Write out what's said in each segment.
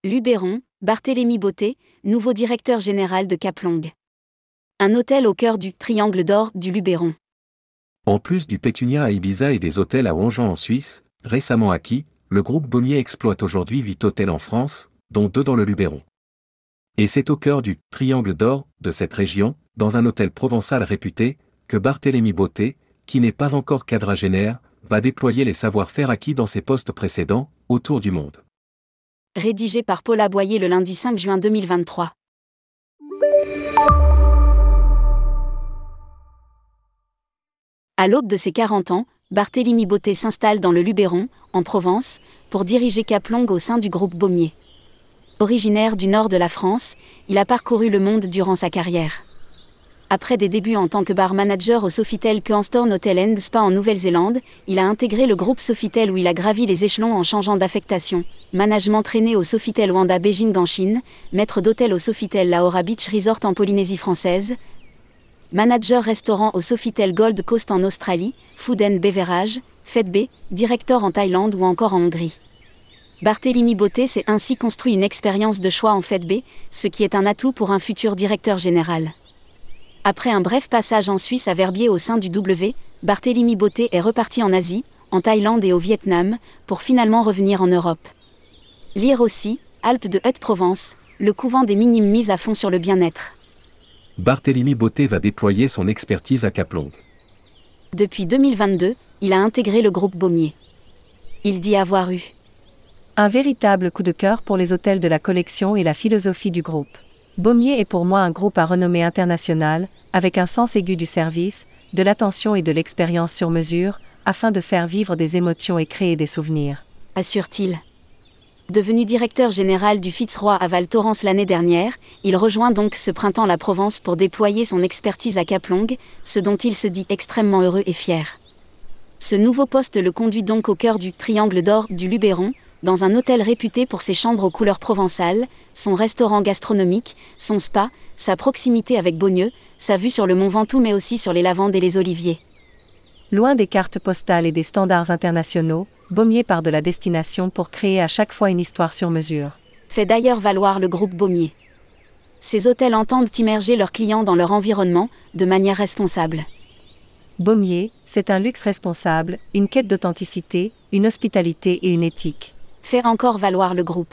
Luberon, Barthélémy Botté, nouveau directeur général de Caplong. Un hôtel au cœur du Triangle d'Or du Luberon. En plus du Pétunia à Ibiza et des hôtels à Wangen en Suisse, récemment acquis, le groupe Baumier exploite aujourd'hui 8 hôtels en France, dont 2 dans le Luberon. Et c'est au cœur du Triangle d'Or de cette région, dans un hôtel provençal réputé, que Barthélémy Botté, qui n'est pas encore quadragénaire, va déployer les savoir-faire acquis dans ses postes précédents, autour du monde. Rédigé par Paula Boyer le lundi 5 juin 2023. À l'aube de ses 40 ans, Barthélémy Botté s'installe dans le Luberon, en Provence, pour diriger Caplong au sein du groupe Baumier. Originaire du nord de la France, il a parcouru le monde durant sa carrière. Après des débuts en tant que bar manager au Sofitel Quanstorn Hotel and Spa en Nouvelle-Zélande, il a intégré le groupe Sofitel où il a gravi les échelons en changeant d'affectation. Management traîné au Sofitel Wanda Beijing en Chine, maître d'hôtel au Sofitel Lahore Beach Resort en Polynésie française, manager restaurant au Sofitel Gold Coast en Australie, Food and Beverage, FedB, directeur en Thaïlande ou encore en Hongrie. Barthélémy Botté s'est ainsi construit une expérience de choix en FedB, ce qui est un atout pour un futur directeur général. Après un bref passage en Suisse à Verbier au sein du W, Barthélémy Botté est reparti en Asie, en Thaïlande et au Vietnam, pour finalement revenir en Europe. Lire aussi, Alpes de Haute-Provence, le couvent des minimes mis à fond sur le bien-être. Barthélémy Botté va déployer son expertise à Caplong. Depuis 2022, il a intégré le groupe Baumier. Il dit avoir eu un véritable coup de cœur pour les hôtels de la collection et la philosophie du groupe. Baumier est pour moi un groupe à renommée internationale, avec un sens aigu du service, de l'attention et de l'expérience sur mesure, afin de faire vivre des émotions et créer des souvenirs, assure-t-il. Devenu directeur général du Fitzroy à Val Thorens l'année dernière, il rejoint donc ce printemps la Provence pour déployer son expertise à Caplong, ce dont il se dit extrêmement heureux et fier. Ce nouveau poste le conduit donc au cœur du Triangle d'Or du Luberon, dans un hôtel réputé pour ses chambres aux couleurs provençales, son restaurant gastronomique, son spa, sa proximité avec Beaulieu, sa vue sur le mont Ventoux mais aussi sur les lavandes et les oliviers. Loin des cartes postales et des standards internationaux, Baumier part de la destination pour créer à chaque fois une histoire sur mesure. Fait d'ailleurs valoir le groupe Baumier. Ces hôtels entendent immerger leurs clients dans leur environnement, de manière responsable. Baumier, c'est un luxe responsable, une quête d'authenticité, une hospitalité et une éthique. Fait encore valoir le groupe.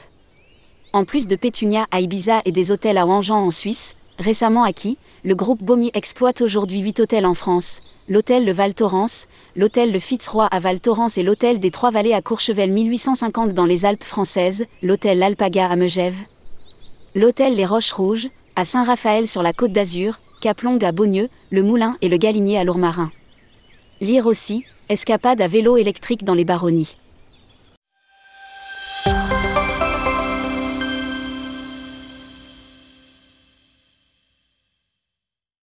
En plus de Pétunia à Ibiza et des hôtels à Wangen en Suisse, récemment acquis, le groupe Baumier exploite aujourd'hui 8 hôtels en France, l'hôtel Le Val Thorens, l'hôtel Le Fitzroy à Val Thorens et l'hôtel des Trois-Vallées à Courchevel 1850 dans les Alpes françaises, l'hôtel L'Alpaga à Megève, l'hôtel Les Roches Rouges, à Saint-Raphaël sur la Côte d'Azur, Caplong à Beaulieu, le Moulin et le Galinier à Lourmarin. Lire aussi, escapade à vélo électrique dans les Baronnies.